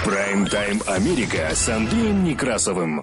Прайм-тайм Америка с Андреем Некрасовым.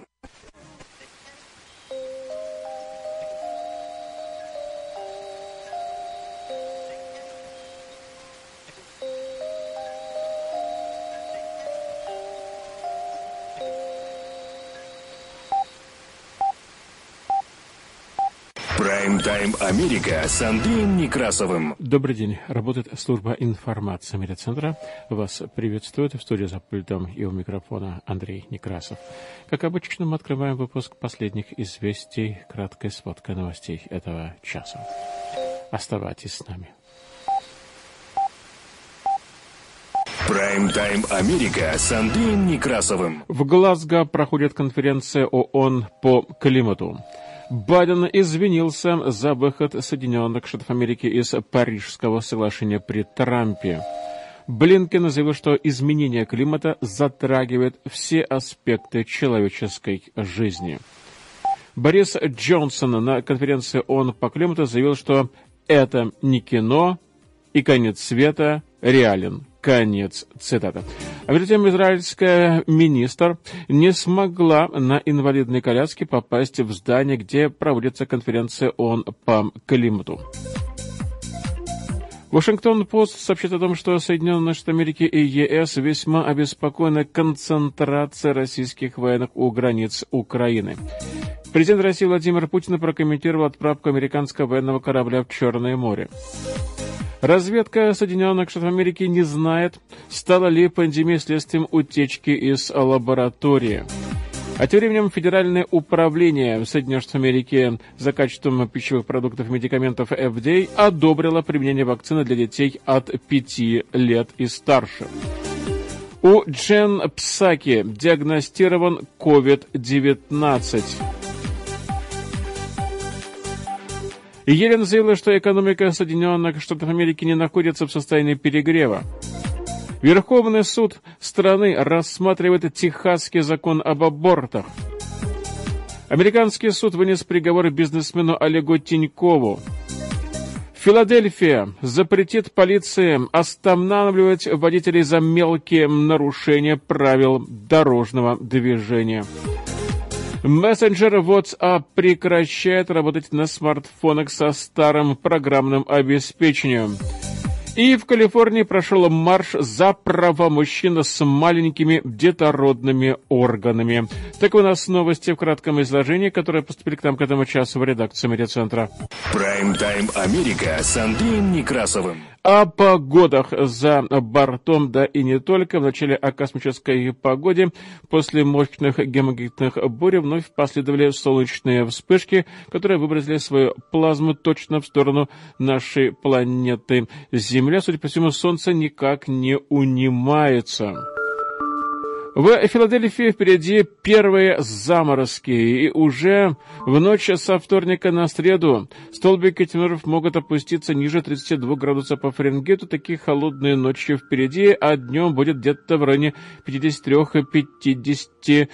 Прайм-тайм Америка с Андреем Некрасовым. Добрый день. Работает служба информации медиацентра. Вас приветствует в студии за пультом и у микрофона Андрей Некрасов. Как обычно, мы открываем выпуск последних известий, краткой сводкой новостей этого часа. Оставайтесь с нами. Прайм-тайм Америка с Андреем Некрасовым. В Глазго проходит конференция ООН по климату. Байден извинился за выход Соединенных Штатов Америки из Парижского соглашения при Трампе. Блинкен заявил, что изменение климата затрагивает все аспекты человеческой жизни. Борис Джонсон на конференции ООН по климату заявил, что это не кино и конец света реален. Конец цитаты. А между тем, израильская министр не смогла на инвалидной коляске попасть в здание, где проводится конференция ООН по климату. Вашингтон-Пост сообщит о том, что Соединенные Штаты Америки и ЕС весьма обеспокоены концентрацией российских военных у границ Украины. Президент России Владимир Путин прокомментировал отправку американского военного корабля в Черное море. Разведка Соединенных Штатов Америки не знает, стала ли пандемия следствием утечки из лаборатории. А тем временем Федеральное управление Соединенных Штатов Америки за качеством пищевых продуктов и медикаментов FDA одобрило применение вакцины для детей от 5 лет и старше. У Джен Псаки диагностирован COVID-19. Елена заявила, что экономика Соединенных Штатов Америки не находится в состоянии перегрева. Верховный суд страны рассматривает техасский закон об абортах. Американский суд вынес приговор бизнесмену Олегу Тинькову. Филадельфия запретит полиции останавливать водителей за мелкие нарушения правил дорожного движения. Мессенджер WhatsApp прекращает работать на смартфонах со старым программным обеспечением. И в Калифорнии прошел марш за права мужчин с маленькими детородными органами. Таковы у нас новости в кратком изложении, которые поступили к нам к этому часу в редакцию медиацентра. Прайм-тайм Америка с Андреем Некрасовым. О погодах за бортом, да и не только. В начале о космической погоде. После мощных геомагнитных бурь вновь последовали солнечные вспышки, которые выбросили свою плазму точно в сторону нашей планеты Земля. Судя по всему, Солнце никак не унимается. В Филадельфии впереди первые заморозки, и уже в ночь со вторника на среду столбики температур могут опуститься ниже 32 градусов по Фаренгейту. Такие холодные ночи впереди, а днем будет где-то в районе 53-54.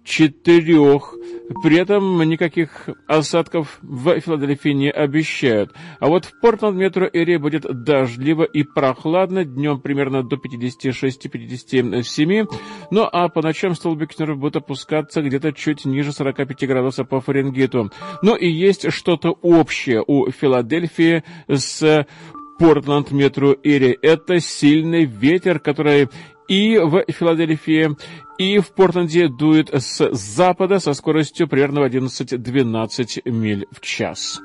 При этом никаких осадков в Филадельфии не обещают. А вот в Портленд метро Эри будет дождливо и прохладно, днем примерно до 56-57. Ну а по ночам столбики температур будут опускаться где-то чуть ниже 45 градусов по Фаренгейту. Но и есть что-то общее у Филадельфии с Портленд метро Эри. Это сильный ветер, который и в Филадельфии, и в Портленде дует с запада со скоростью примерно 11-12 миль в час.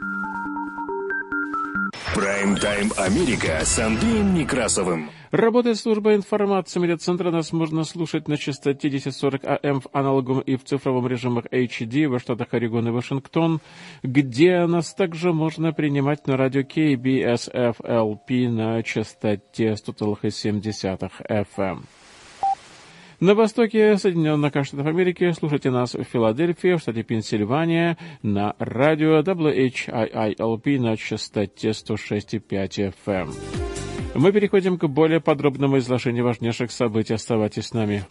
Прайм-тайм Америка с Андреем Некрасовым. Работает служба информации медиацентра. Нас можно слушать на частоте 1040 АМ в аналоговом и в цифровом режимах HD во штатах Орегон и Вашингтон, где нас также можно принимать на радио KBSFLP на частоте 100,7 FM. На востоке Соединенных Штатов Америки слушайте нас в Филадельфии, в штате Пенсильвания, на радио WHIILP на частоте 106,5 FM. Мы переходим к более подробному изложению важнейших событий. Оставайтесь с нами.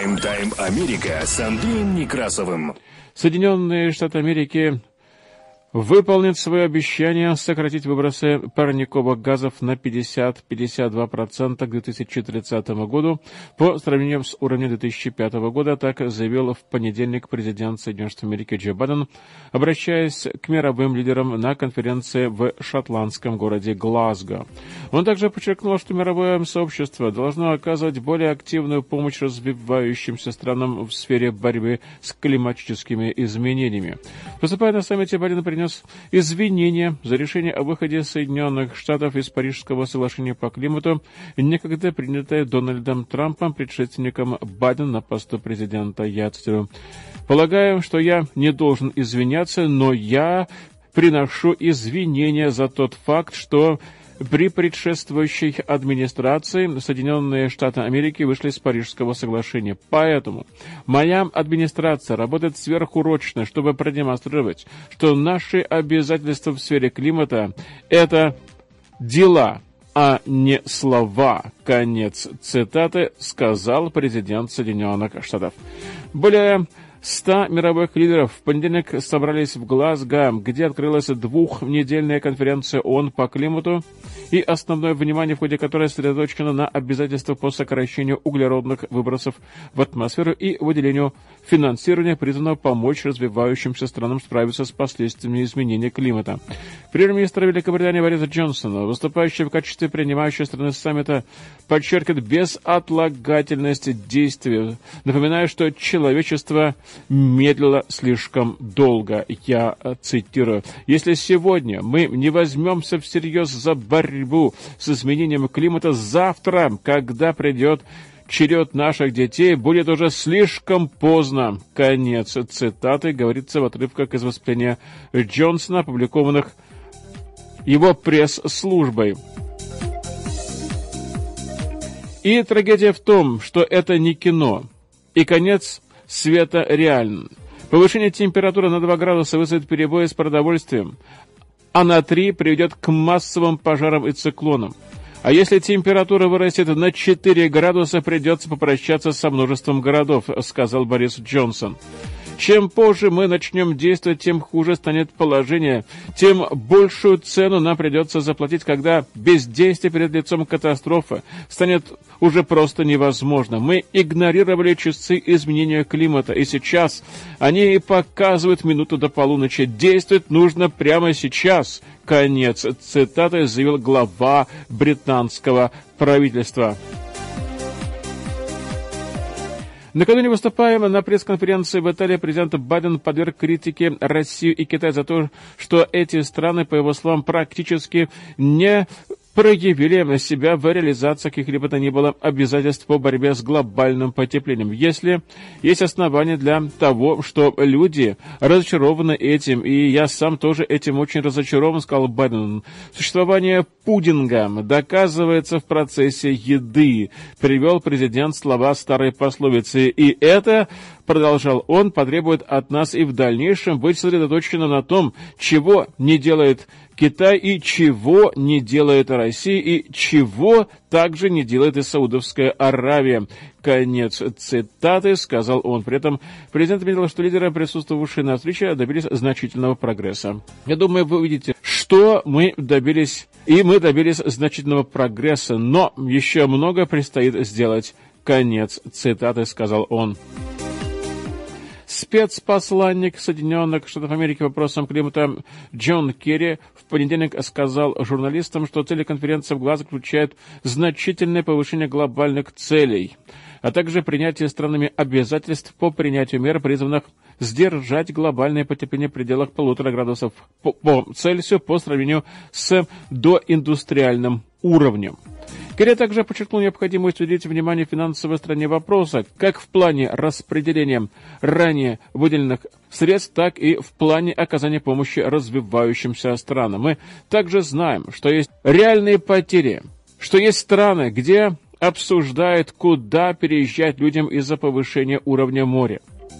Прайм-тайм Америка с Андреем Некрасовым. Соединенные Штаты Америки выполнит свое обещание сократить выбросы парниковых газов на 50-52% к 2030 году по сравнению с уровнем 2005 года, так заявил в понедельник президент Соединенных Штатов Америки Джо Байден, обращаясь к мировым лидерам на конференции в шотландском городе Глазго. Он также подчеркнул, что мировое сообщество должно оказывать более активную помощь развивающимся странам в сфере борьбы с климатическими изменениями. Выступая на саммите, Байден принес извинения за решение о выходе Соединенных Штатов из Парижского соглашения по климату, некогда принятое Дональдом Трампом, предшественником Байдена на посту президента. Я цитирую: «Полагаю, что я не должен извиняться, но я приношу извинения за тот факт, что при предшествующей администрации Соединенные Штаты Америки вышли из Парижского соглашения. Поэтому моя администрация работает сверхурочно, чтобы продемонстрировать, что наши обязательства в сфере климата – это дела, а не слова». Конец цитаты, сказал президент Соединенных Штатов. Более 100 мировых лидеров в понедельник собрались в Глазго, где открылась двухнедельная конференция ООН по климату, и основное внимание в ходе которой сосредоточено на обязательствах по сокращению углеродных выбросов в атмосферу и выделению финансирования, призванного помочь развивающимся странам справиться с последствиями изменения климата. Премьер-министр Великобритании Борис Джонсон, выступающий в качестве принимающей страны саммита, подчеркивает безотлагательность действий, напоминая, что человечество медлило слишком долго. Я цитирую: «Если сегодня мы не возьмемся всерьез за борьбу с изменением климата, завтра, когда придет черед наших детей, будет уже слишком поздно». Конец цитаты, говорится в отрывках из выступления Джонсона, опубликованных его пресс-службой. И трагедия в том, что это не кино, и конец света реален. Повышение температуры на 2 градуса вызовет перебои с продовольствием, а на 3 приведет к массовым пожарам и циклонам. А если температура вырастет на 4 градуса, придется попрощаться со множеством городов, сказал Борис Джонсон. Чем позже мы начнем действовать, тем хуже станет положение, тем большую цену нам придется заплатить, когда бездействие перед лицом катастрофы станет уже просто невозможно. Мы игнорировали часы изменения климата, и сейчас они и показывают минуту до полуночи. Действовать нужно прямо сейчас. Конец цитаты, заявил глава британского правительства. Накануне, выступая на пресс-конференции в Италии, президент Байден подверг критике Россию и Китай за то, что эти страны, по его словам, практически не проявили себя в реализации каких-либо то ни было обязательств по борьбе с глобальным потеплением. Если есть основания для того, что люди разочарованы этим, и я сам тоже этим очень разочарован, сказал Байден. Существование пудинга доказывается в процессе еды, привел президент слова старой пословицы. И это, продолжал он, потребует от нас и в дальнейшем быть сосредоточенным на том, чего не делает Китай и чего не делает Россия, и чего также не делает и Саудовская Аравия. Конец цитаты, сказал он. При этом президент отметил, что лидеры, присутствовавшие на встрече, добились значительного прогресса. Я думаю, вы увидите, что мы добились, и мы добились значительного прогресса, но еще много предстоит сделать. Конец цитаты, сказал он. Спецпосланник Соединенных Штатов Америки по вопросам климата Джон Керри в понедельник сказал журналистам, что цели конференции в Глазго включают значительное повышение глобальных целей, а также принятие странами обязательств по принятию мер, призванных сдержать глобальное потепление в пределах 1,5 градусов по Цельсию по сравнению с доиндустриальным уровнем. Керри также подчеркнул необходимость уделить внимание финансовой стороне вопроса, как в плане распределения ранее выделенных средств, так и в плане оказания помощи развивающимся странам. Мы также знаем, что есть реальные потери, что есть страны, где обсуждают, куда переезжать людям из-за повышения уровня моря.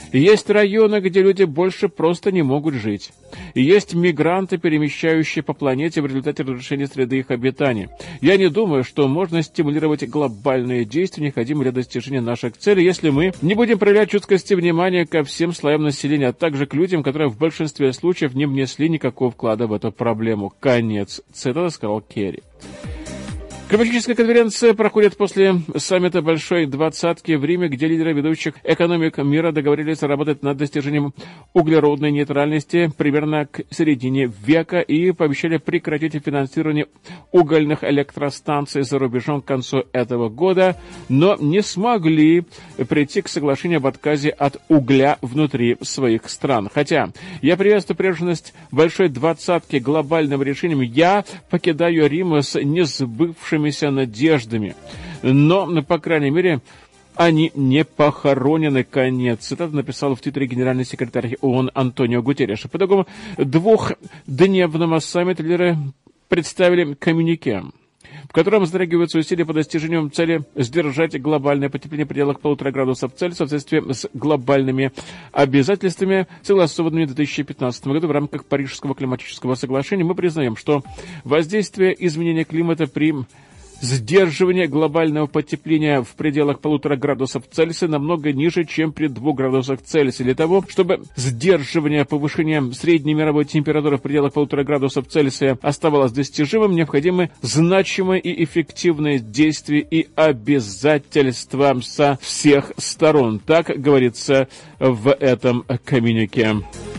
Есть районы, где люди больше просто не могут жить. Есть мигранты, перемещающие по планете в результате разрушения среды их обитания. Я не думаю, что можно стимулировать глобальные действия, необходимые для достижения наших целей, если мы не будем проявлять чуткость и внимание ко всем слоям населения, а также к людям, которые в большинстве случаев не внесли никакого вклада в эту проблему. Конец цитаты, сказал Керри. Климатическая конференция проходит после саммита Большой Двадцатки в Риме, где лидеры ведущих экономик мира договорились работать над достижением углеродной нейтральности примерно к середине века и пообещали прекратить финансирование угольных электростанций за рубежом к концу этого года, но не смогли прийти к соглашению об отказе от угля внутри своих стран. Хотя я приветствую приверженность Большой Двадцатки глобальным решениям, я покидаю Рим с несбывшимися надеждами. Но, по крайней мере, они не похоронены. Конец цитаты написал в Твиттере генеральный секретарь ООН Антонио Гутерреш. По итогам двухдневного саммита лидеры представили коммюнике, в котором затрагиваются усилия по достижению цели сдержать глобальное потепление в пределах 1,5 градусов Цельсия в соответствии с глобальными обязательствами, согласованными в 2015 году в рамках Парижского климатического соглашения. Мы признаем, что воздействие изменения климата при сдерживание глобального потепления в пределах 1,5 градусов Цельсия намного ниже, чем при 2 градусах Цельсия. Для того, чтобы сдерживание повышения средней мировой температуры в пределах 1,5 градусов Цельсия оставалось достижимым, необходимы значимые и эффективные действия и обязательства со всех сторон. Так говорится в этом коммюнике.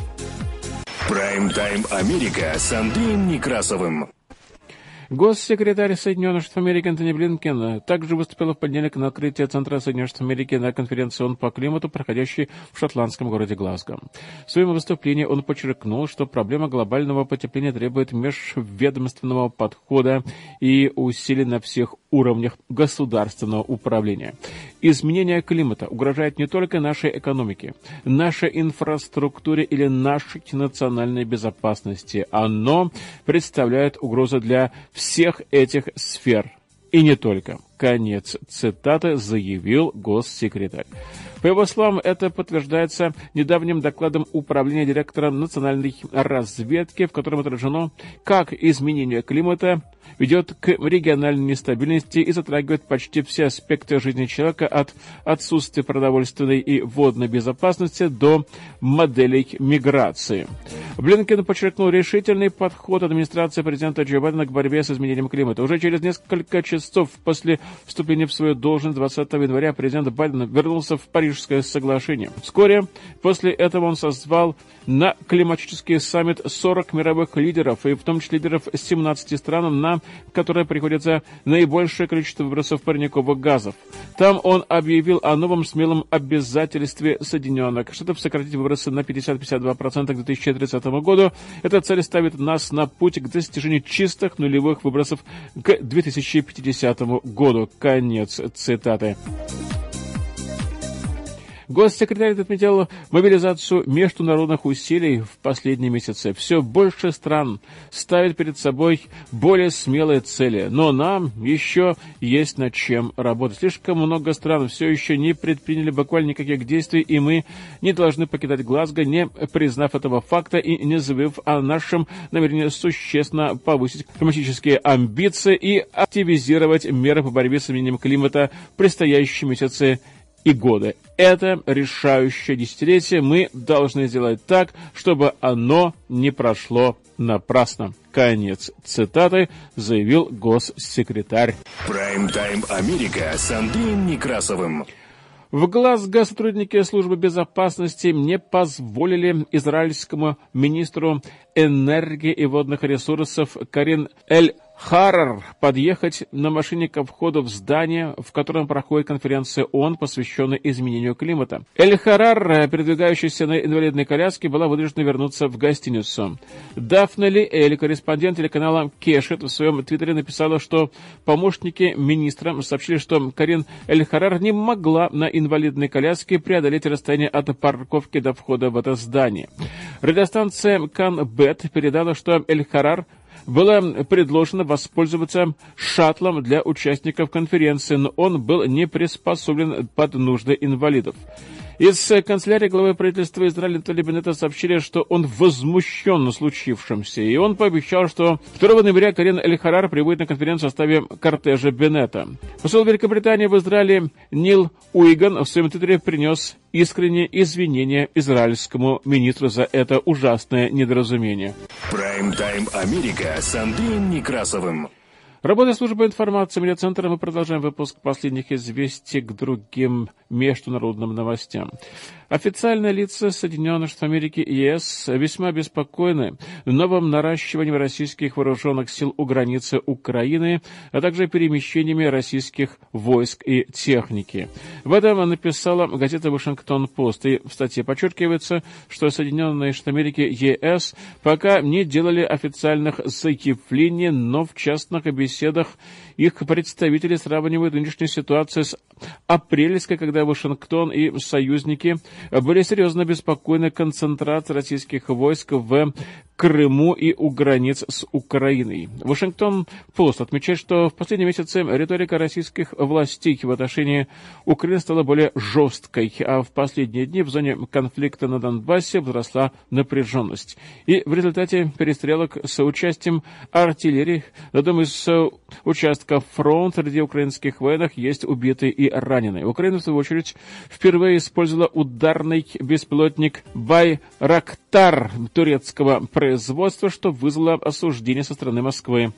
Прайм-тайм Америка с Андреем Некрасовым. Госсекретарь Соединенных Штатов Америки Антони Блинкен также выступил в понедельник на открытии Центра Соединенных Штатов Америки на конференции ООН по климату, проходящей в шотландском городе Глазго. В своем выступлении он подчеркнул, что проблема глобального потепления требует межведомственного подхода и усилий на всех уровнях государственного управления. Изменение климата угрожает не только нашей экономике, нашей инфраструктуре или нашей национальной безопасности. Оно представляет угрозу для всех этих сфер. И не только. Конец цитаты, заявил госсекретарь. По его словам, это подтверждается недавним докладом управления директора национальной разведки, в котором отражено, как изменение климата ведет к региональной нестабильности и затрагивает почти все аспекты жизни человека от отсутствия продовольственной и водной безопасности до моделей миграции. Блинкен подчеркнул решительный подход администрации президента Джо Байдена к борьбе с изменением климата. Уже через несколько часов после вступления в свою должность 20 января президент Байден вернулся в Парижское соглашение. Вскоре после этого он созвал на климатический саммит 40 мировых лидеров, и в том числе лидеров 17 стран, на которые приходится наибольшее количество выбросов парниковых газов. Там он объявил о новом смелом обязательстве Соединенных Штатов сократить выбросы на 50-52% к 2030 году. Эта цель ставит нас на путь к достижению чистых нулевых выбросов к 2050 году. Конец цитаты. Госсекретарь отметил мобилизацию международных усилий в последние месяцы. Все больше стран ставят перед собой более смелые цели, но нам еще есть над чем работать. Слишком много стран все еще не предприняли буквально никаких действий, и мы не должны покидать Глазго, не признав этого факта и не заявив о нашем намерении существенно повысить климатические амбиции и активизировать меры по борьбе с изменением климата в предстоящие месяцы и годы. Это решающее десятилетие. Мы должны сделать так, чтобы оно не прошло напрасно. Конец цитаты, заявил госсекретарь. Прайм-тайм Америка с Андреем Некрасовым. В Глазго сотрудники службы безопасности не позволили израильскому министру энергии и водных ресурсов Карин Эль-Харар подъехать на машине ко входу в здание, в котором проходит конференция ООН, посвященная изменению климата. Эль-Харар, передвигающаяся на инвалидной коляске, была вынуждена вернуться в гостиницу. Дафна Лиэль, корреспондент телеканала Кешет, в своем твиттере написала, что помощники министра сообщили, что Карин Эль-Харар не могла на инвалидной коляске преодолеть расстояние от парковки до входа в это здание. Радиостанция Канбет передала, что Эль-Харар было предложено воспользоваться шаттлом для участников конференции, но он был не приспособлен под нужды инвалидов. Из канцелярии главы правительства Израиля Нафтали Беннета сообщили, что он возмущен случившимся, и он пообещал, что 2 ноября Карен Эль-Харар прибудет на конференцию в составе кортежа Беннета. Посол Великобритании в Израиле Нил Уиган в своем твиттере принес искренние извинения израильскому министру за это ужасное недоразумение. Прайм-тайм Америка с Андреем Некрасовым. Работая службой информации медиацентра, мы продолжаем выпуск последних известий к другим международным новостям. Официальные лица Соединенных Штатов Америки и ЕС весьма обеспокоены новым наращиванием российских вооруженных сил у границы Украины, а также перемещениями российских войск и техники. В этом написала газета «Вашингтон-Пост», и в статье подчеркивается, что Соединенные Штаты Америки и ЕС пока не делали официальных заявлений, но в частных беседах их представители сравнивают нынешнюю ситуацию с апрельской, когда Вашингтон и союзники были серьезно обеспокоены концентрацией российских войск в Крыму и у границ с Украиной. Вашингтон-Пост отмечает, что в последние месяцы риторика российских властей в отношении Украины стала более жесткой, а в последние дни в зоне конфликта на Донбассе возросла напряженность. И в результате перестрелок с участием артиллерии на одном из участков фронта среди украинских военных есть убитые и раненые. Украина, в свою очередь, впервые использовала ударный беспилотник «Байрактар» турецкого производства, что вызвало осуждение со стороны Москвы.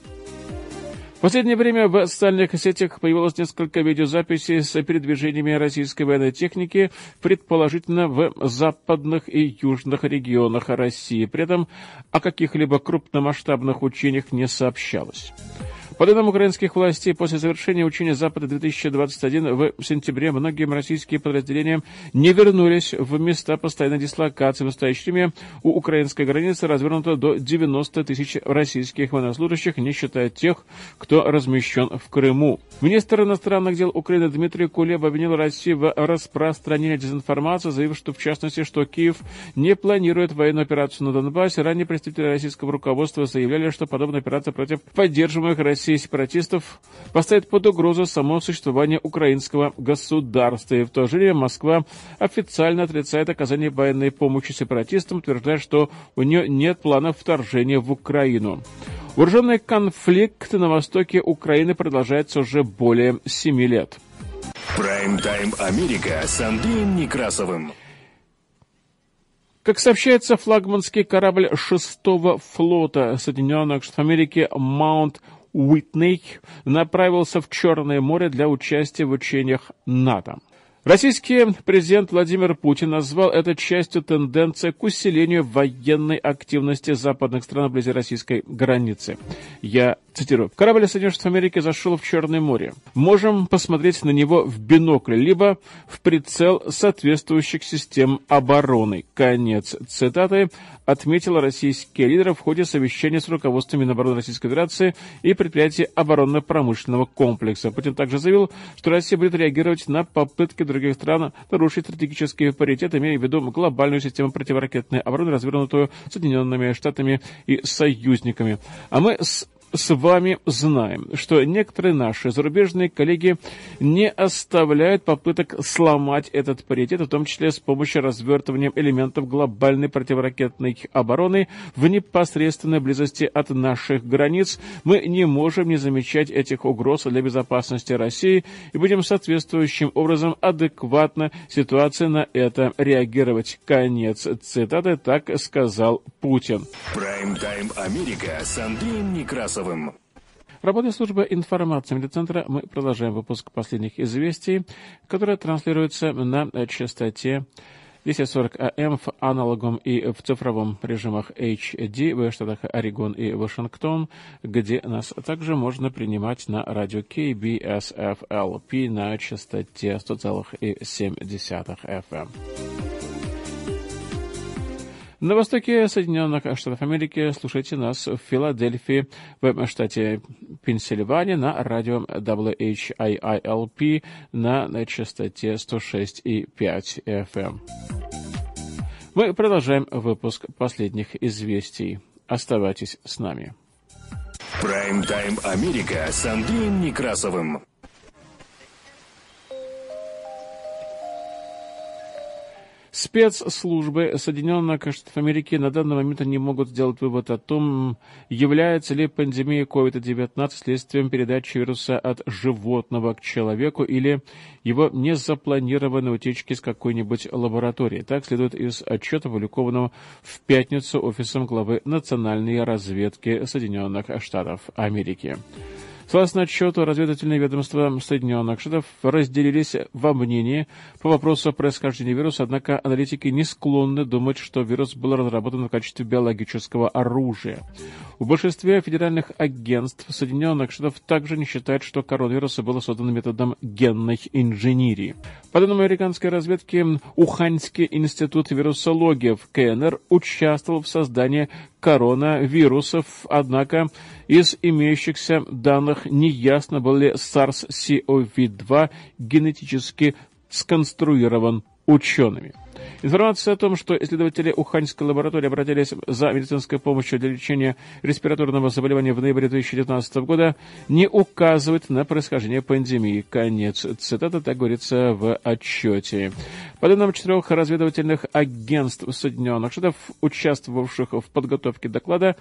В последнее время в социальных сетях появилось несколько видеозаписей с передвижениями российской военной техники, предположительно в западных и южных регионах России. При этом о каких-либо крупномасштабных учениях не сообщалось. По данным украинских властей, после завершения учения Запада-2021 в сентябре многие российские подразделения не вернулись в места постоянной дислокации. В настоящее время у украинской границы развернуто до 90 тысяч российских военнослужащих, не считая тех, кто размещен в Крыму. Министр иностранных дел Украины Дмитрий Кулеба обвинил Россию в распространении дезинформации, заявив, что в частности, что Киев не планирует военную операцию на Донбассе. Ранее представители российского руководства заявляли, что подобная операция против поддерживаемых Россией сепаратистов поставит под угрозу само существование украинского государства. И в то же время Москва официально отрицает оказание военной помощи сепаратистам, утверждая, что у нее нет планов вторжения в Украину. Вооруженный конфликт на востоке Украины продолжается уже более 7 лет. Прайм-тайм Америка с Андреем Некрасовым. Как сообщается, флагманский корабль 6-го флота Соединенных Штатов Америки «Маунт Уитней» направился в Черное море для участия в учениях НАТО. Российский президент Владимир Путин назвал это частью тенденции к усилению военной активности западных стран вблизи российской границы. Я цитирую. «Корабль Соединенных Штатов Америки зашел в Черное море. Можем посмотреть на него в бинокль, либо в прицел соответствующих систем обороны». Конец цитаты отметил российский лидер в ходе совещания с руководством Минобороны Российской Федерации и предприятий оборонно-промышленного комплекса. Путин также заявил, что Россия будет реагировать на попытки других стран нарушить стратегический паритет, имея в виду глобальную систему противоракетной обороны, развернутую Соединенными Штатами и союзниками. А мы с вами знаем, что некоторые наши зарубежные коллеги не оставляют попыток сломать этот паритет, в том числе с помощью развертывания элементов глобальной противоракетной обороны в непосредственной близости от наших границ. Мы не можем не замечать этих угроз для безопасности России и будем соответствующим образом адекватно ситуации на это реагировать. Конец цитаты, так сказал Путин. Прайм-тайм Америка с Андреем Некрасовым. Работая службы информации медиацентра, мы продолжаем выпуск последних известий, которые транслируются на частоте 1040 АМ в аналоговом и в цифровом режимах HD в штатах Орегон и Вашингтон, где нас также можно принимать на радио KBSFLP на частоте 100,7 FM. На востоке Соединенных Штатов Америки слушайте нас в Филадельфии, в штате Пенсильвания, на радио WHIILP на частоте 106,5 FM. Мы продолжаем выпуск последних известий. Оставайтесь с нами. Прайм-тайм Америка с Андреем Некрасовым. Спецслужбы Соединенных Штатов Америки на данный момент не могут сделать вывод о том, является ли пандемия COVID-19 следствием передачи вируса от животного к человеку или его незапланированной утечки из какой-нибудь лаборатории. Так следует из отчета, опубликованного в пятницу Офисом главы Национальной разведки Соединенных Штатов Америки. Согласно отчету, разведывательные ведомства Соединенных Штатов разделились во мнении по вопросу о происхождении вируса, однако аналитики не склонны думать, что вирус был разработан в качестве биологического оружия. В большинстве федеральных агентств Соединенных Штатов также не считают, что коронавирус был создан методом генной инженерии. По данным американской разведки, Уханьский институт вирусологии в КНР участвовал в создании коронавирусов, однако из имеющихся данных неясно, был ли SARS-CoV-2 генетически сконструирован учеными. Информация о том, что исследователи Уханьской лаборатории обратились за медицинской помощью для лечения респираторного заболевания в ноябре 2019 года, не указывает на происхождение пандемии. Конец цитаты, так говорится в отчете. По данным 4 разведывательных агентств Соединенных Штатов, участвовавших в подготовке доклада,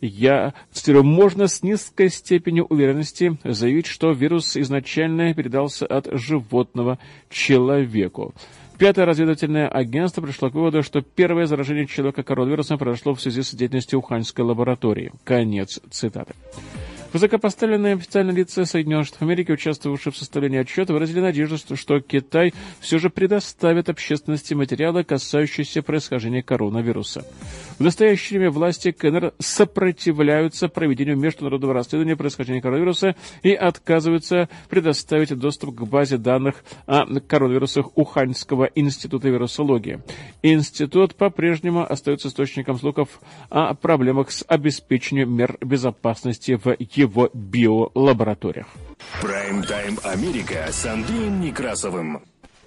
я цитирую, можно с низкой степенью уверенности заявить, что вирус изначально передался от животного человеку. 5-е разведывательное агентство пришло к выводу, что первое заражение человека коронавирусом произошло в связи с деятельностью Уханьской лаборатории. Конец цитаты. Высокопоставленные официальные лица Соединенных Штатов Америки, участвовавшие в составлении отчета, выразили надежду, что Китай все же предоставит общественности материалы, касающиеся происхождения коронавируса. В настоящее время власти КНР сопротивляются проведению международного расследования происхождения коронавируса и отказываются предоставить доступ к базе данных о коронавирусах Уханьского института вирусологии. Институт по-прежнему остается источником слухов о проблемах с обеспечением мер безопасности в его биолабораториях. Прайм-тайм Америка с Андреем Некрасовым.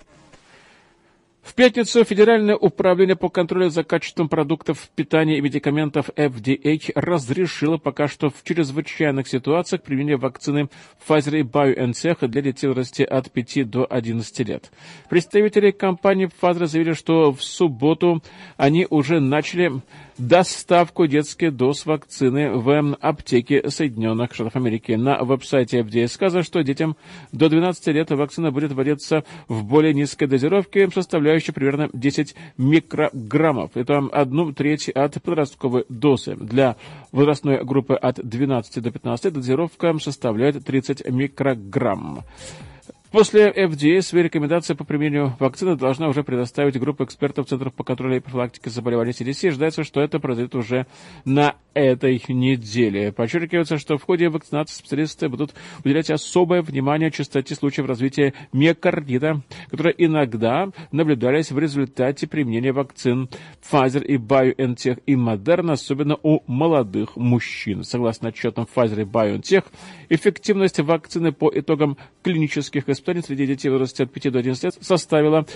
В пятницу Федеральное управление по контролю за качеством продуктов питания и медикаментов FDA разрешило пока что в чрезвычайных ситуациях применение вакцины Pfizer и BioNTech для детей в возрасте от 5 до 11 лет. Представители компании Pfizer заявили, что в субботу они уже начали доставку детских доз вакцины в аптеке Соединенных Штатов Америки. На веб-сайте FDA сказано, что детям до 12 лет вакцина будет вводиться в более низкой дозировке, составляющей примерно 10 микрограммов. Это 1/3 от подростковой дозы. Для возрастной группы от 12 до 15 лет дозировка составляет 30 микрограмм. После FDA свои рекомендации по применению вакцины должна уже предоставить группа экспертов Центров по контролю и профилактике заболеваний CDC. Ожидается, что это произойдет уже на этой неделе. Подчеркивается, что в ходе вакцинации специалисты будут уделять особое внимание частоте случаев развития миокардита, которые иногда наблюдались в результате применения вакцин Pfizer и BioNTech и Moderna, особенно у молодых мужчин. Согласно отчетам Pfizer и BioNTech, эффективность вакцины по итогам клинических испытаний среди детей в возрасте от 5 до 11 лет составила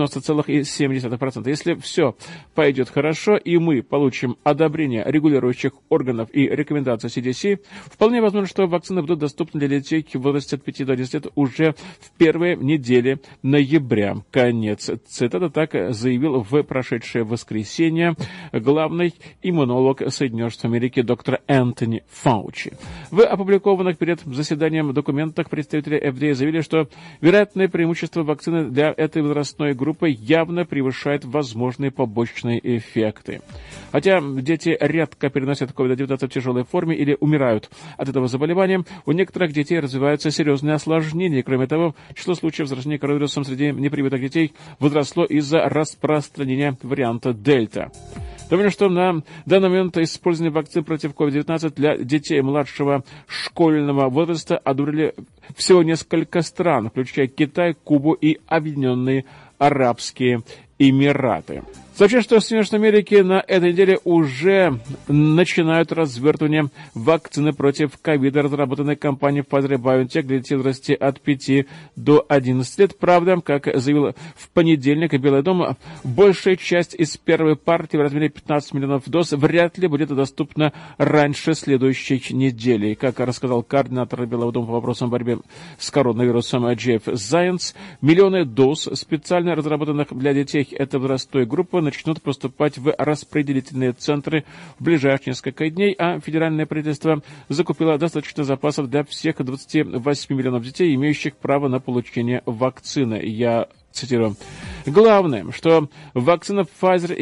90,7%. Если все пойдет хорошо и мы получим одобрение регулирующих органов и рекомендации CDC, вполне возможно, что вакцины будут доступны для детей в возрасте от 5 до 11 лет уже в первые недели ноября. Конец цитаты. Так заявил в прошедшее воскресенье главный иммунолог Соединенных Штатов Америки доктор Энтони Фаучи. В опубликованных перед заседанием документах представители FDA заявили, что вероятное преимущество вакцины для этой возрастной группы явно превышает возможные побочные эффекты. Хотя дети редко переносят COVID-19 в тяжелой форме или умирают от этого заболевания, у некоторых детей развиваются серьезные осложнения. Кроме того, число случаев заражения коронавирусом среди непривитых детей возросло из-за распространения варианта Дельта. Напомню, что на данный момент использование вакцин против COVID-19 для детей младшего школьного возраста одобрили всего несколько стран, включая Китай, Кубу и Объединенные Арабские Эмираты. Сообщают, что в Соединенных Америке на этой неделе уже начинают развертывание вакцины против ковида, разработанной компанией Pfizer-BioNTech для детей в возрасте от 5 до 11 лет. Правда, как заявил в понедельник Белый дом, большая часть из первой партии в размере 15 миллионов доз вряд ли будет доступна раньше следующей недели. Как рассказал координатор Белого дома по вопросам борьбы с коронавирусом Джефф Зайенс, миллионы доз, специально разработанных для детей этой возрастной группы, начнут поступать в распределительные центры в ближайшие несколько дней, а федеральное правительство закупило достаточно запасов для всех 28 миллионов детей, имеющих право на получение вакцины. Я цитирую. Главное, что вакцина Pfizer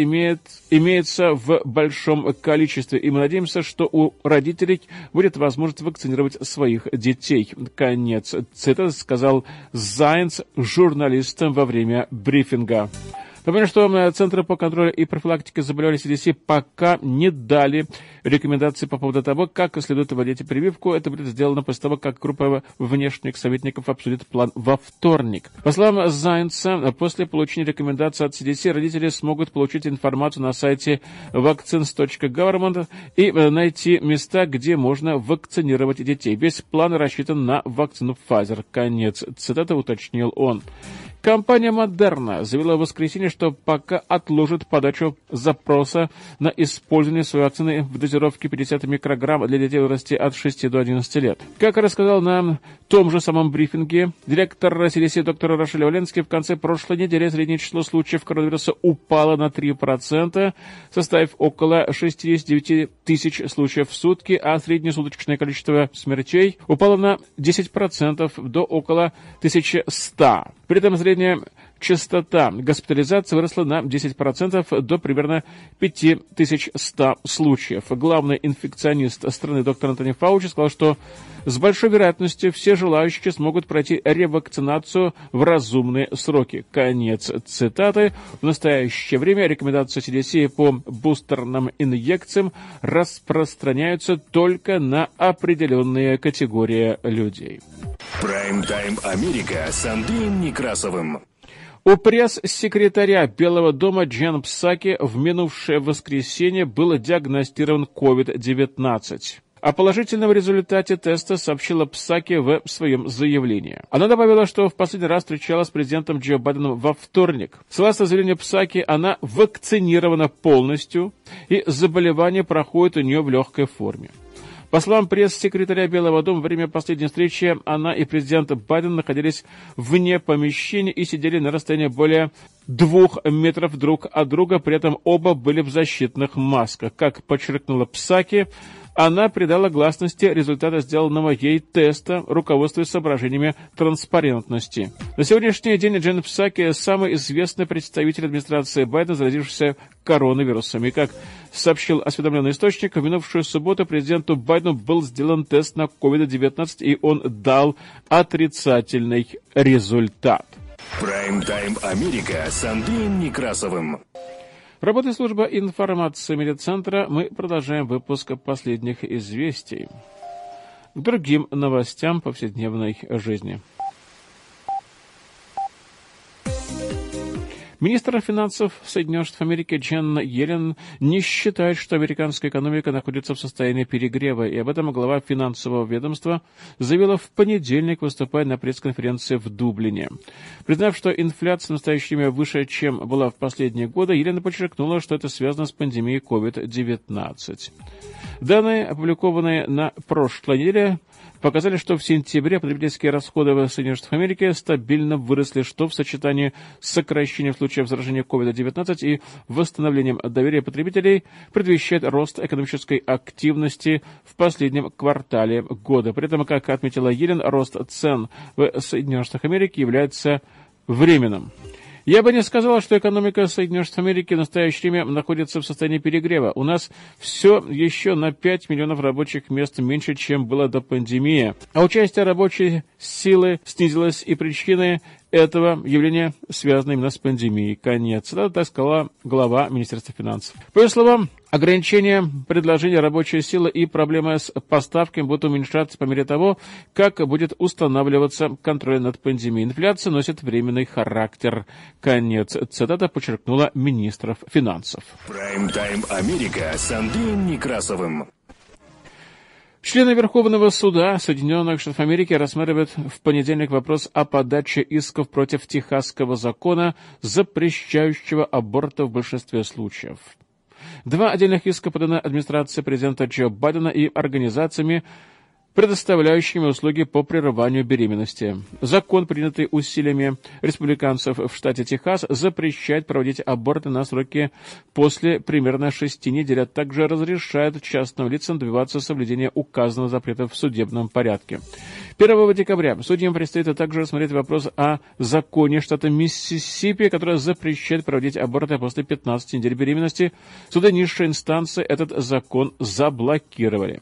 имеется в большом количестве, и мы надеемся, что у родителей будет возможность вакцинировать своих детей. Конец цитаты, сказал Зайенс журналистам во время брифинга. Напомню, что Центры по контролю и профилактике заболеваний CDC пока не дали рекомендации по поводу того, как следует вводить прививку. Это будет сделано после того, как группа внешних советников обсудит план во вторник. По словам Зайнца, после получения рекомендаций от CDC родители смогут получить информацию на сайте vaccines.government и найти места, где можно вакцинировать детей. Весь план рассчитан на вакцину Pfizer. Конец цитаты, уточнил он. Компания Moderna заявила в воскресенье, что пока отложит подачу запроса на использование своей вакцины в дозировке 50 микрограмм для детей в возрасте от 6 до 11 лет. Как рассказал на том же самом брифинге директор CDC доктор Рошель Валенский, в конце прошлой недели среднее число случаев коронавируса упало на 3%, составив около 69 тысяч случаев в сутки, а среднесуточное количество смертей упало на 10% до около 1100. При этом средняя частота госпитализации выросла на 10% до примерно 5100 случаев. Главный инфекционист страны доктор Антони Фаучи сказал, что с большой вероятностью все желающие смогут пройти ревакцинацию в разумные сроки. Конец цитаты. В настоящее время рекомендации CDC по бустерным инъекциям распространяются только на определенные категории людей. Прайм-тайм Америка с Андреем Некрасовым. У пресс-секретаря Белого дома Джен Псаки в минувшее воскресенье был диагностирован COVID-19. О положительном результате теста сообщила Псаки в своем заявлении. Она добавила, что в последний раз встречалась с президентом Джо Байденом во вторник. Согласно заявлению Псаки, она вакцинирована полностью, и заболевание проходит у нее в легкой форме. По словам пресс-секретаря Белого дома, во время последней встречи она и президент Байден находились вне помещения и сидели на расстоянии более 2 метров друг от друга, при этом оба были в защитных масках. Как подчеркнула Псаки, она придала гласности результата сделанного ей теста, руководствуясь соображениями транспарентности. На сегодняшний день Джен Псаки – самый известный представитель администрации Байдена, заразившийся коронавирусом. И как сообщил осведомленный источник, в минувшую субботу президенту Байдену был сделан тест на COVID-19, и он дал отрицательный результат. Прайм-тайм Америка с Андреем Некрасовым. Работает служба информации медиацентра. Мы продолжаем выпуск последних известий к другим новостям повседневной жизни. Министр финансов Соединенных Штатов Америки Дженет Йеллен не считает, что американская экономика находится в состоянии перегрева, и об этом глава финансового ведомства заявила в понедельник, выступая на пресс-конференции в Дублине. Признав, что инфляция в настоящее время выше, чем была в последние годы, Йеллен подчеркнула, что это связано с пандемией COVID-19. Данные, опубликованные на прошлой неделе, показали, что в сентябре потребительские расходы в Соединенных Штатах Америки стабильно выросли, что в сочетании с сокращением случаев заражения COVID-19 и восстановлением доверия потребителей предвещает рост экономической активности в последнем квартале года. При этом, как отметила Йеллен, рост цен в Соединенных Штатах Америки является временным. Я бы не сказала, что экономика Соединенных Штатов Америки в настоящее время находится в состоянии перегрева. У нас все еще на 5 миллионов рабочих мест меньше, чем было до пандемии. А участие рабочей силы снизилось, и причины этого явления связано именно с пандемией. Конец. Это так сказала глава Министерства финансов. По ее словам, ограничение предложения рабочей силы и проблемы с поставками будут уменьшаться по мере того, как будет устанавливаться контроль над пандемией. Инфляция носит временный характер. Конец. Цитата подчеркнула министров финансов. Прайм-тайм Америка с Андреем Некрасовым. Члены Верховного суда Соединенных Штатов Америки рассматривают в понедельник вопрос о подаче исков против техасского закона, запрещающего аборты в большинстве случаев. Два отдельных иска поданы администрацией президента Джо Байдена и организациями, предоставляющими услуги по прерыванию беременности. Закон, принятый усилиями республиканцев в штате Техас, запрещает проводить аборты на сроки после примерно 6 недель, а также разрешает частным лицам добиваться соблюдения указанного запрета в судебном порядке. 1 декабря судьям предстоит также рассмотреть вопрос о законе штата Миссисипи, который запрещает проводить аборты после 15 недель беременности. Суды низшей инстанции этот закон заблокировали.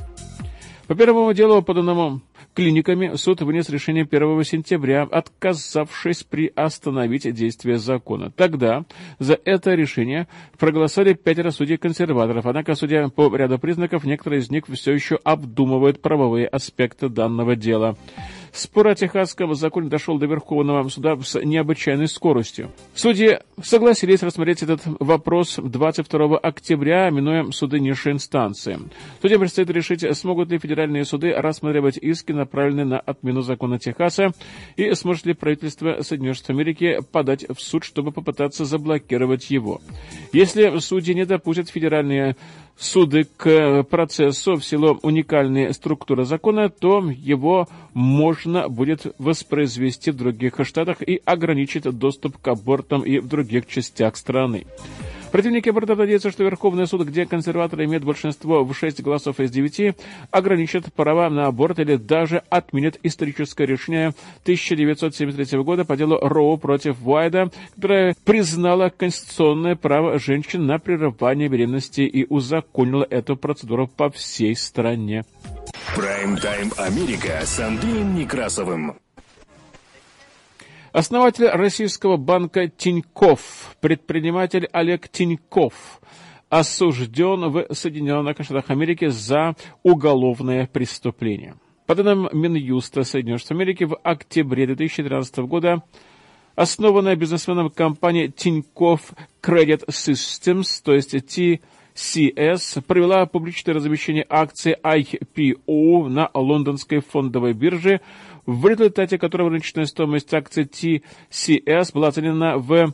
По первому делу, поданному клиниками, суд вынес решение 1 сентября, отказавшись приостановить действие закона. Тогда за это решение проголосовали 5 судей-консерваторов, однако, судя по ряду признаков, некоторые из них все еще обдумывают правовые аспекты данного дела. Спор о техасском законе дошел до Верховного суда с необычайной скоростью. Судьи согласились рассмотреть этот вопрос 22 октября, минуя суды низшей инстанции. Судьям предстоит решить, смогут ли федеральные суды рассматривать иски, направленные на отмену закона Техаса, и сможет ли правительство Соединенных Штатов Америки подать в суд, чтобы попытаться заблокировать его. Если судьи не допустят федеральные суды к процессу в силу уникальной структуры закона, то его можно будет воспроизвести в других штатах и ограничить доступ к абортам и в других частях страны. Противники абортов надеются, что Верховный суд, где консерваторы имеют большинство в 6 голосов из 9, ограничат права на аборт или даже отменят историческое решение 1973 года по делу Роу против Уайда, которое признало конституционное право женщин на прерывание беременности и узаконило эту процедуру по всей стране. Прайм-тайм Америка с Андреем Некрасовым. Основатель российского банка Тинькофф, предприниматель Олег Тинькофф, осужден в Соединенных Штатах Америки за уголовное преступление. По данным Минюста Соединенных Штатов Америки, в октябре 2013 года основанная бизнесменом компания Тинькофф Credit Systems, то есть TCS, провела публичное размещение акций IPO на лондонской фондовой бирже, в результате которого рыночная стоимость акций TCS была оценена в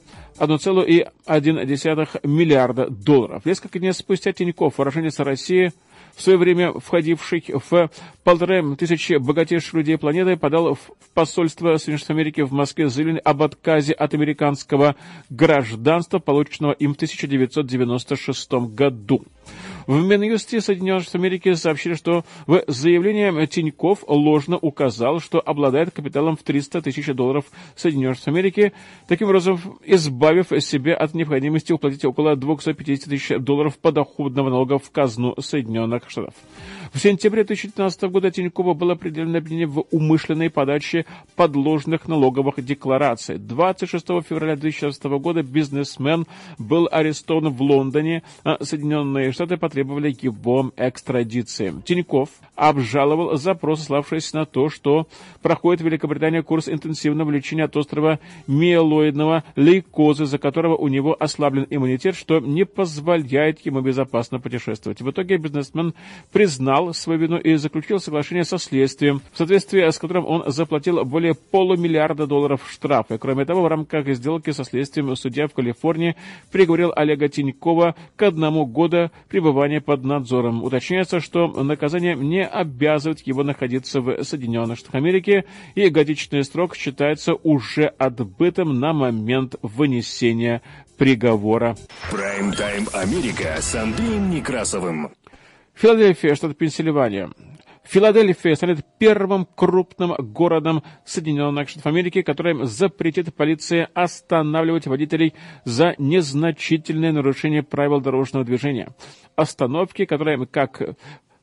$1,1 миллиарда. Несколько дней спустя Тинькофф, уроженец России, в свое время входивший в 1500 богатейших людей планеты, подал в посольство Соединенных Штатов Америки в Москве заявление об отказе от американского гражданства, полученного им в 1996 году. В Минюсте Соединенных Штатов Америки сообщили, что в заявлении Тинькофф ложно указал, что обладает капиталом в $300 тысяч Соединенных Штатов Америки, таким образом избавив себя от необходимости уплатить около $250 тысяч подоходного налога в казну Соединенных Штатов. В сентябре 2015 года Тинькову было определено обвинение в умышленной подаче подложных налоговых деклараций. 26 февраля 2016 года бизнесмен был арестован в Лондоне, а Соединенные Штаты потребовали его экстрадиции. Тинькофф обжаловал запрос, ссылавшись на то, что проходит в Великобритании курс интенсивного лечения от острого миелоидного лейкоза, из-за которого у него ослаблен иммунитет, что не позволяет ему безопасно путешествовать. В итоге бизнесмен признал свою вину и заключил соглашение со следствием, в соответствии с которым он заплатил более $500 миллиарда штрафа. Кроме того, в рамках сделки со следствием судья в Калифорнии приговорил Олега Тинькова к 1 году пребывания под надзором. Уточняется, что наказание не обязывает его находиться в Соединенных Штатах Америки, и годичный срок считается уже отбытым на момент вынесения приговора. Прайм-тайм Америка с Андреем Некрасовым. Филадельфия, штат Пенсильвания. Филадельфия станет первым крупным городом Соединенных Штатов Америки, который запретит полиции останавливать водителей за незначительные нарушения правил дорожного движения. Остановки, которые, как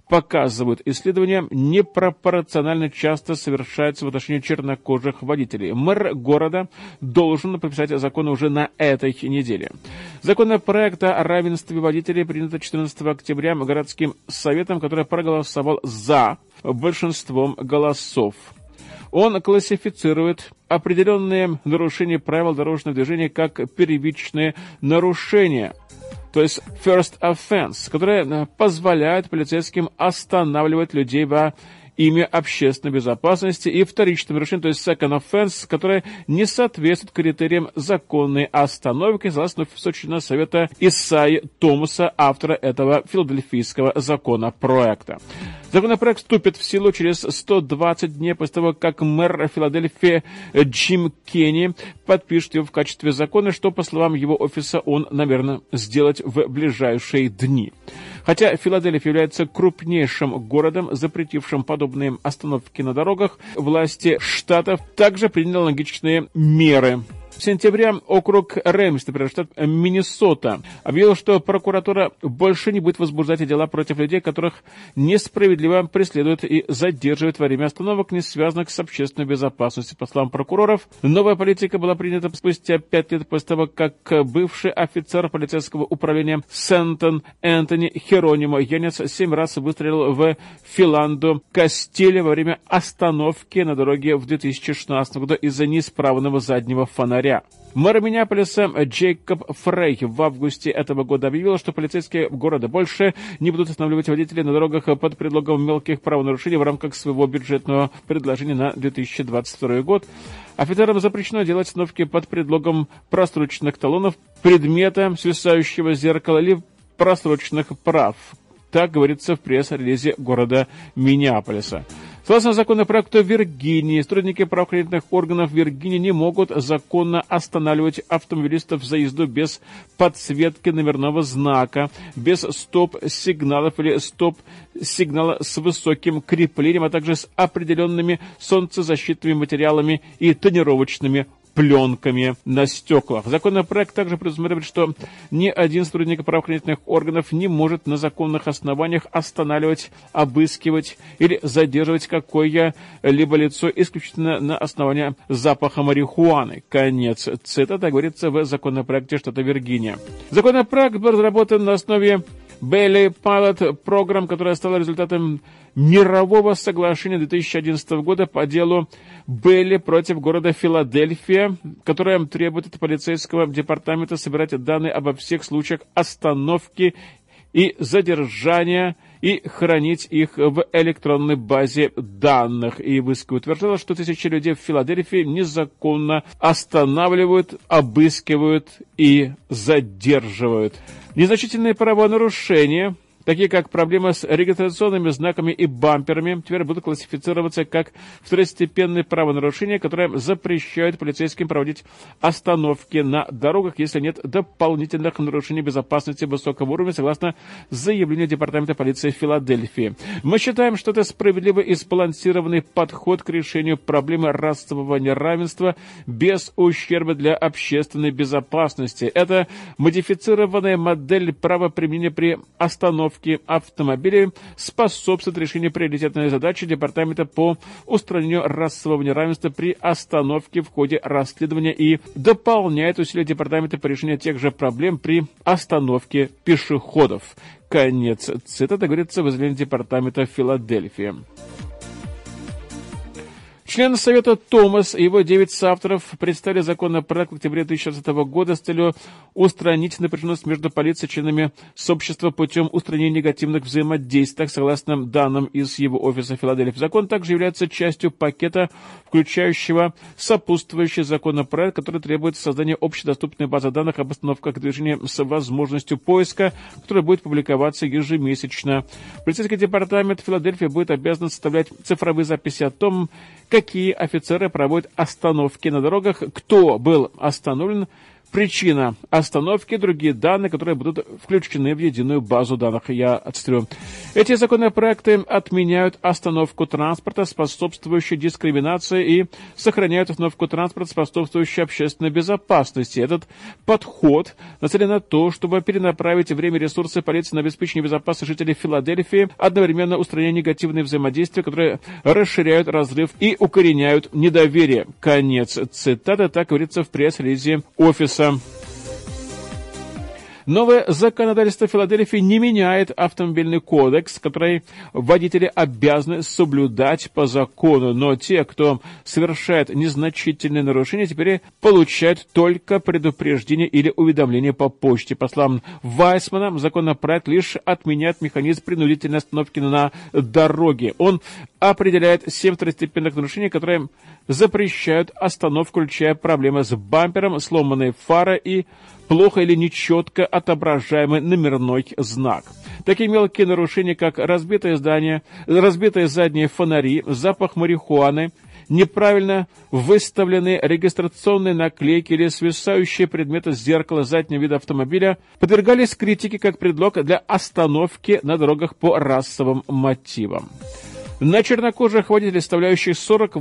показывают исследования, непропорционально часто совершаются в отношении чернокожих водителей. Мэр города должен подписать закон уже на этой неделе. Законопроект о равенстве водителей принят 14 октября городским советом, который проголосовал за большинством голосов. Он классифицирует определенные нарушения правил дорожного движения как первичные нарушения, то есть first offense, которые позволяют полицейским останавливать людей во имя общественной безопасности, и вторичное нарушение, то есть second offense, которое не соответствует критериям законной остановки, согласно члена Совета Исайи Томаса, автора этого филадельфийского законопроекта. Законопроект вступит в силу через 120 дней после того, как мэр Филадельфии Джим Кенни подпишет его в качестве закона, что, по словам его офиса, он намерен сделать в ближайшие дни. Хотя Филадельфия является крупнейшим городом, запретившим подобные остановки на дорогах, власти штатов также приняли аналогичные меры. В сентябре округ Рэмс, например, штат Миннесота, объявил, что прокуратура больше не будет возбуждать дела против людей, которых несправедливо преследуют и задерживают во время остановок, не связанных с общественной безопасностью. По словам прокуроров, новая политика была принята спустя 5 лет после того, как бывший офицер полицейского управления Сентон Энтони Херонимо Янец 7 раз выстрелил в Филандо Кастиле во время остановки на дороге в 2016 году из-за неисправного заднего фонаря. Мэр Миннеаполиса Джейкоб Фрей в августе этого года объявил, что полицейские города больше не будут останавливать водителей на дорогах под предлогом мелких правонарушений в рамках своего бюджетного предложения на 2022 год. Офицерам запрещено делать остановки под предлогом просроченных талонов, предмета, свисающего с зеркала или просроченных прав. Так говорится в пресс-релизе города Миннеаполиса. Согласно законопроекту Виргинии, сотрудники правоохранительных органов Виргинии не могут законно останавливать автомобилистов за езду без подсветки номерного знака, без стоп-сигналов или стоп-сигнала с высоким креплением, а также с определенными солнцезащитными материалами и тонировочными пленками на стеклах. Законопроект также предусматривает, что ни один сотрудник правоохранительных органов не может на законных основаниях останавливать, обыскивать или задерживать какое-либо лицо исключительно на основании запаха марихуаны. Конец цитаты, говорится в законопроекте штата Виргиния. Законопроект был разработан на основе Bailey Pilot Program, которая стала результатом мирового соглашения 2011 года по делу Бейли против города Филадельфия, которое требует от полицейского департамента собирать данные обо всех случаях остановки и задержания и хранить их в электронной базе данных. И в иске утверждалось, что тысячи людей в Филадельфии незаконно останавливают, обыскивают и задерживают. Незначительные правонарушения, такие как проблемы с регистрационными знаками и бамперами, теперь будут классифицироваться как второстепенные правонарушения, которые запрещают полицейским проводить остановки на дорогах, если нет дополнительных нарушений безопасности высокого уровня, согласно заявлению Департамента полиции Филадельфии. Мы считаем, что это справедливый и сбалансированный подход к решению проблемы расового неравенства без ущерба для общественной безопасности. Это модифицированная модель правоприменения при остановке автомобилей способствует решению приоритетной задачи Департамента по устранению расового неравенства при остановке в ходе расследования и дополняет усилия Департамента по решению тех же проблем при остановке пешеходов. Конец цитаты, говорится в изъявлении Департамента Филадельфии. Член Совета Томас и его 9 соавторов представили законопроект в октябре 2020 года с целью устранить напряженность между полицией и членами сообщества путем устранения негативных взаимодействий, согласно данным из его офиса Филадельфии. Закон также является частью пакета, включающего сопутствующий законопроект, который требует создания общедоступной базы данных об остановках движения с возможностью поиска, которая будет публиковаться ежемесячно. Полицейский департамент Филадельфии будет обязан составлять цифровые записи о том, какие офицеры проводят остановки на дорогах, кто был остановлен, причина остановки, другие данные, которые будут включены в единую базу данных. Я отстрелю. Эти законопроекты отменяют остановку транспорта, способствующую дискриминации, и сохраняют остановку транспорта, способствующую общественной безопасности. Этот подход нацелен на то, чтобы перенаправить время и ресурсы полиции на обеспечение безопасности жителей Филадельфии, одновременно устраняя негативные взаимодействия, которые расширяют разрыв и укореняют недоверие. Конец цитаты, так говорится в пресс-релизе офиса. Новое законодательство Филадельфии не меняет автомобильный кодекс, который водители обязаны соблюдать по закону, но те, кто совершает незначительные нарушения, теперь получают только предупреждение или уведомление по почте. По словам Вайсмана, законопроект лишь отменяет механизм принудительной остановки на дороге. Он определяет 7 второстепенных нарушений, которые запрещают остановку, включая проблемы с бампером, сломанные фары и плохо или нечетко отображаемый номерной знак. Такие мелкие нарушения, как разбитые задние фонари, запах марихуаны, неправильно выставленные регистрационные наклейки или свисающие предметы с зеркала заднего вида автомобиля, подвергались критике как предлог для остановки на дорогах по расовым мотивам. На чернокожих водителей, составляющих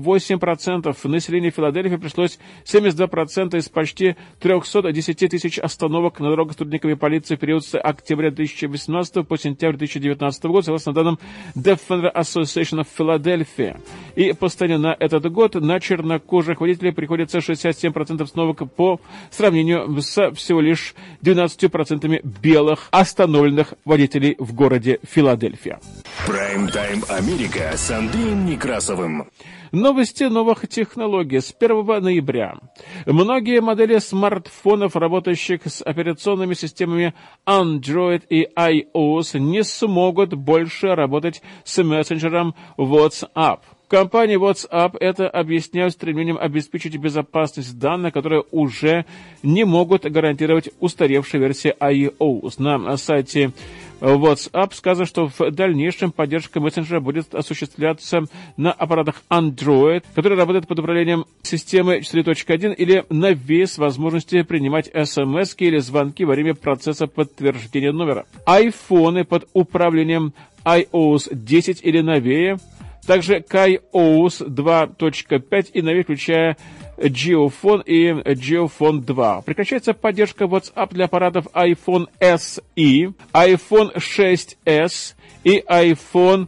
48% населения Филадельфии, пришлось 72% из почти 310 тысяч остановок на дорогах сотрудниками полиции в период с октября 2018 по сентябрь 2019 года, согласно данным Defender Association of Philadelphia. И по состоянию на этот год на чернокожих водителей приходится 67% остановок по сравнению с всего лишь 12% белых остановленных водителей в городе Филадельфия. Прайм-тайм Америка с Андреем Некрасовым. Новости новых технологий с 1 ноября. Многие модели смартфонов, работающих с операционными системами Android и iOS, не смогут больше работать с мессенджером WhatsApp. Компания WhatsApp это объясняют стремлением обеспечить безопасность данных, которые уже не могут гарантировать устаревшие версии iOS. На сайте WhatsApp сказано, что в дальнейшем поддержка мессенджера будет осуществляться на аппаратах Android, которые работают под управлением системы 4.1 или новее с возможностью принимать смс или звонки во время процесса подтверждения номера. iPhone под управлением iOS 10 или новее, также iOS 2.5 и новее, включая Geophone и Geophone 2. Прекращается поддержка WhatsApp для аппаратов iPhone SE, iPhone 6s и iPhone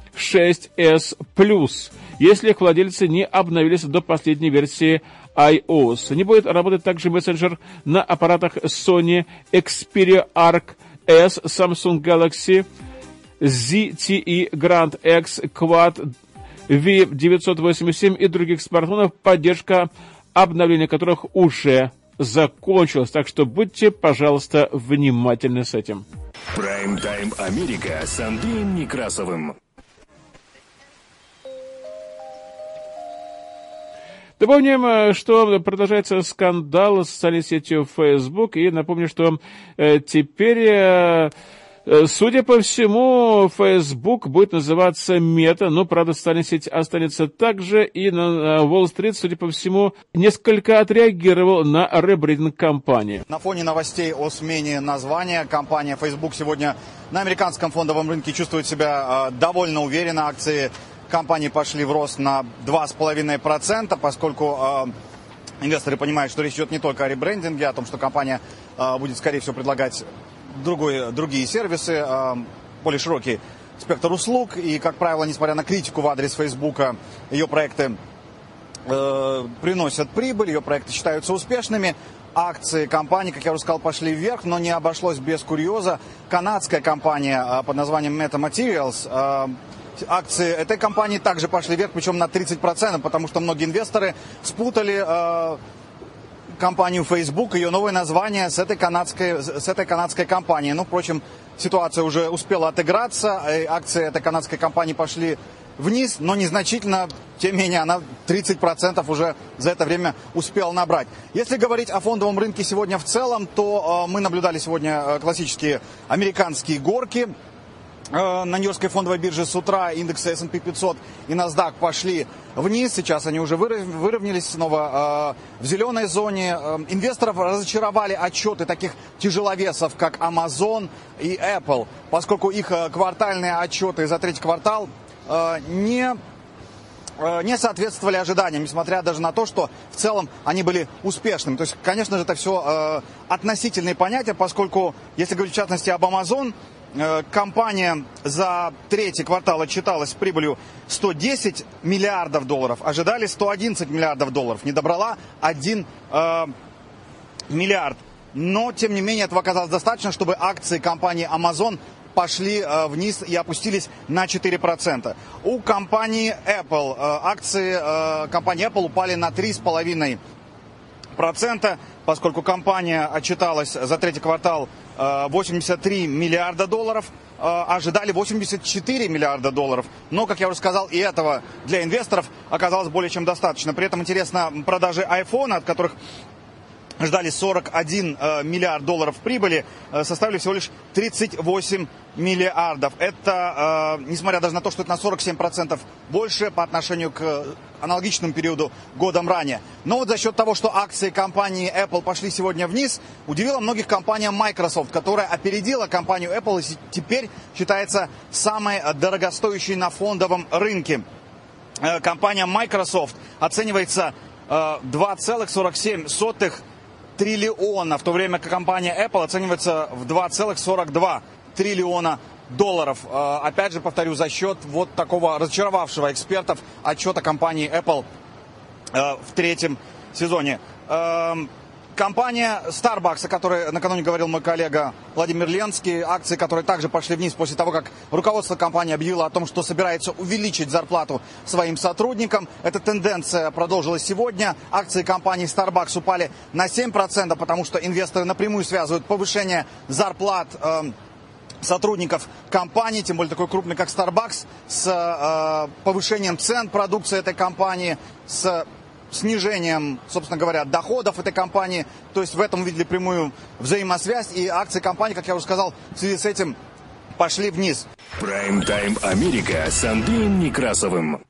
6s Plus, если их владельцы не обновились до последней версии iOS. Не будет работать также мессенджер на аппаратах Sony Xperia Arc S, Samsung Galaxy ZTE Grand X, Quad V987 и других смартфонов, поддержка обновления которых уже закончилась. Так что будьте, пожалуйста, внимательны с этим. Прайм-тайм Америка с Андреем Некрасовым. Напомним, что продолжается скандал с социальной сетью Facebook, и напомню, что теперь... Судя по всему, Facebook будет называться Meta, но, правда, социальная сеть останется также, и на Уолл-стрит, судя по всему, несколько отреагировал на ребрендинг компании. На фоне новостей о смене названия компания Facebook сегодня на американском фондовом рынке чувствует себя довольно уверенно. Акции компании пошли в рост на 2,5%, поскольку инвесторы понимают, что речь идет не только о ребрендинге, а о том, что компания будет, скорее всего, предлагать другие сервисы, более широкий спектр услуг. И, как правило, несмотря на критику в адрес Фейсбука, ее проекты приносят прибыль, ее проекты считаются успешными. Акции компании, как я уже сказал, пошли вверх, но не обошлось без курьеза. Канадская компания под названием Meta Materials, акции этой компании также пошли вверх, причем на 30%, потому что многие инвесторы спутали компанию Facebook, ее новое название с этой канадской компанией. Ну, впрочем, ситуация уже успела отыграться, акции этой канадской компании пошли вниз, но незначительно, тем не менее, она 30% уже за это время успела набрать. Если говорить о фондовом рынке сегодня в целом, то мы наблюдали сегодня классические американские горки. На Нью-Йоркской фондовой бирже с утра индексы S&P 500 и NASDAQ пошли вниз. Сейчас они уже выровнялись снова в зеленой зоне. Инвесторов разочаровали отчеты таких тяжеловесов, как Amazon и Apple, поскольку их квартальные отчеты за третий квартал не соответствовали ожиданиям, несмотря даже на то, что в целом они были успешными. То есть, конечно же, это все относительные понятия, поскольку, если говорить в частности об Amazon, компания за третий квартал отчиталась с прибылью 110 миллиардов долларов, ожидали 111 миллиардов долларов, не добрала 1 миллиард. Но, тем не менее, этого оказалось достаточно, чтобы акции компании Amazon пошли вниз и опустились на 4%. У компании Apple акции компании Apple упали на 3,5%, поскольку компания отчиталась за третий квартал 83 миллиарда долларов, ожидали 84 миллиарда долларов. Но, как я уже сказал, и этого для инвесторов оказалось более чем достаточно. При этом интересно, продажи iPhone, от которых ждали 41 миллиард долларов прибыли, составили всего лишь 38 миллиардов. Это, несмотря даже на то, что это на 47% больше по отношению к аналогичному периоду годом ранее. Но вот за счет того, что акции компании Apple пошли сегодня вниз, удивило многих компания Microsoft, которая опередила компанию Apple и теперь считается самой дорогостоящей на фондовом рынке. Компания Microsoft оценивается 2,47 триллиона, в то время как компания Apple оценивается в 2,42 триллиона долларов. Опять же, повторю, за счет вот такого разочаровавшего экспертов отчета компании Apple в третьем сезоне. Компания Starbucks, о которой накануне говорил мой коллега Владимир Ленский, акции, которые также пошли вниз после того, как руководство компании объявило о том, что собирается увеличить зарплату своим сотрудникам. Эта тенденция продолжилась сегодня. Акции компании Starbucks упали на 7%, потому что инвесторы напрямую связывают повышение зарплат сотрудников компании, тем более такой крупный, как Starbucks, с повышением цен продукции этой компании, с снижением, собственно говоря, доходов этой компании. То есть в этом увидели прямую взаимосвязь, и акции компании, как я уже сказал, в связи с этим пошли вниз. Прайм-тайм Америка с Андреем Некрасовым.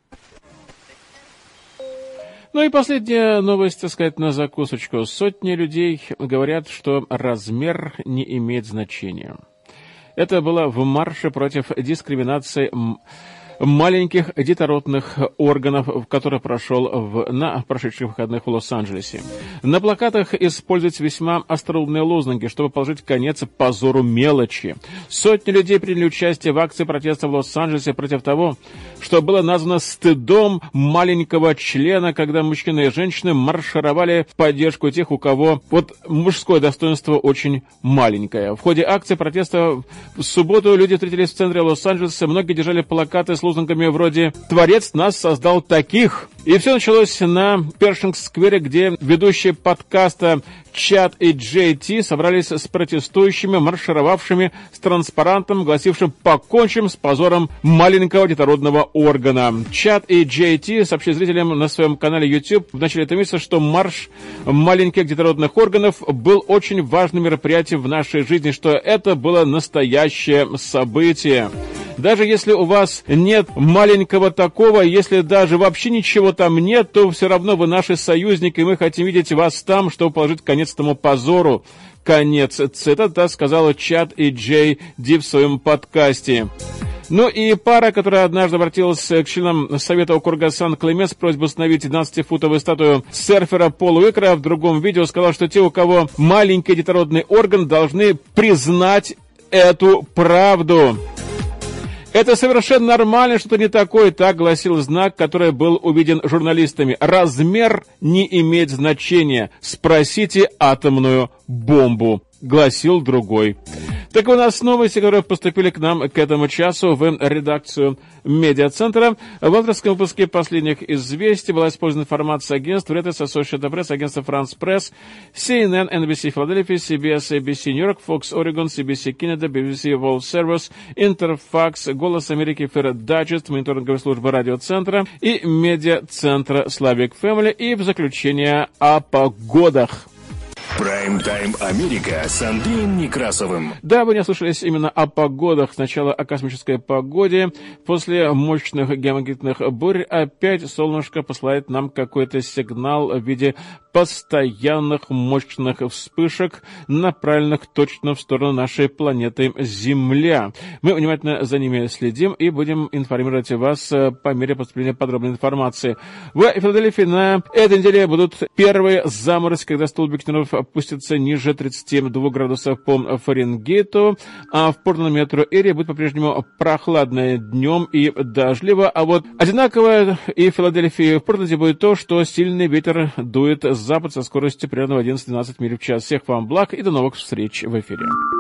Ну и последняя новость, так сказать, на закусочку. Сотни людей говорят, что размер не имеет значения. Это было в марше против дискриминации маленьких детородных органов, который прошел на прошедших выходных в Лос-Анджелесе. На плакатах используются весьма остроумные лозунги, чтобы положить конец позору мелочи. Сотни людей приняли участие в акции протеста в Лос-Анджелесе против того, что было названо стыдом маленького члена, когда мужчины и женщины маршировали в поддержку тех, у кого вот мужское достоинство очень маленькое. В ходе акции протеста в субботу люди встретились в центре Лос-Анджелеса, многие держали плакаты с лозунгами вроде «Творец нас создал таких». И все началось на Першинг-сквере, где ведущие подкаста Чад и Джей Ти собрались с протестующими, маршировавшими с транспарантом, гласившим «Покончим с позором маленького детородного органа». Чад и Джей Ти сообщили зрителям на своем канале YouTube в начале этого месяца, что марш маленьких детородных органов был очень важным мероприятием в нашей жизни, что это было настоящее событие. Даже если у вас нет маленького такого, если даже вообще ничего там нет, то все равно вы наши союзники, и мы хотим видеть вас там, чтобы положить конец этому позору. Конец цитата, сказала Чад и Джей Ди в своем подкасте. Ну и пара, которая однажды обратилась к членам Совета округа Сан-Клемес с просьбой установить 12-футовую статую серфера Пола Уикера, в другом видео сказала, что те, у кого маленький детородный орган, должны признать эту правду. Это совершенно нормально, что-то не такое, так гласил знак, который был увиден журналистами. Размер не имеет значения. Спросите атомную бомбу, гласил другой. Так у нас новости, которые поступили к нам к этому часу в редакцию медиацентра. В авторском выпуске последних известий была использована информация агентств Reuters, Associated Press, агентства France Press, CNN, NBC Philadelphia, CBS, ABC New York, Fox Oregon, CBC Canada, BBC World Service, Interfax, Голос Америки, Fair Digest, мониторинговая служба радиоцентра и медиацентра Slavic Family. И в заключение о погодах. Прайм-тайм Америка с Андреем Некрасовым. Да, вы не ослышались именно о погодах. Сначала о космической погоде. После мощных геомагнитных бурь опять солнышко посылает нам какой-то сигнал в виде постоянных мощных вспышек, направленных точно в сторону нашей планеты Земля. Мы внимательно за ними следим и будем информировать вас по мере поступления подробной информации. В Филадельфии на этой неделе будут первые заморозки, когда столбик ледяного опустится ниже 32 градусов по Фаренгейту, а в Портленд метро-эре будет по-прежнему прохладно днем и дождливо, а вот одинаково и в Филадельфии в Портленде будет то, что сильный ветер дует с запада со скоростью примерно 11-12 миль в час. Всех вам благ и до новых встреч в эфире.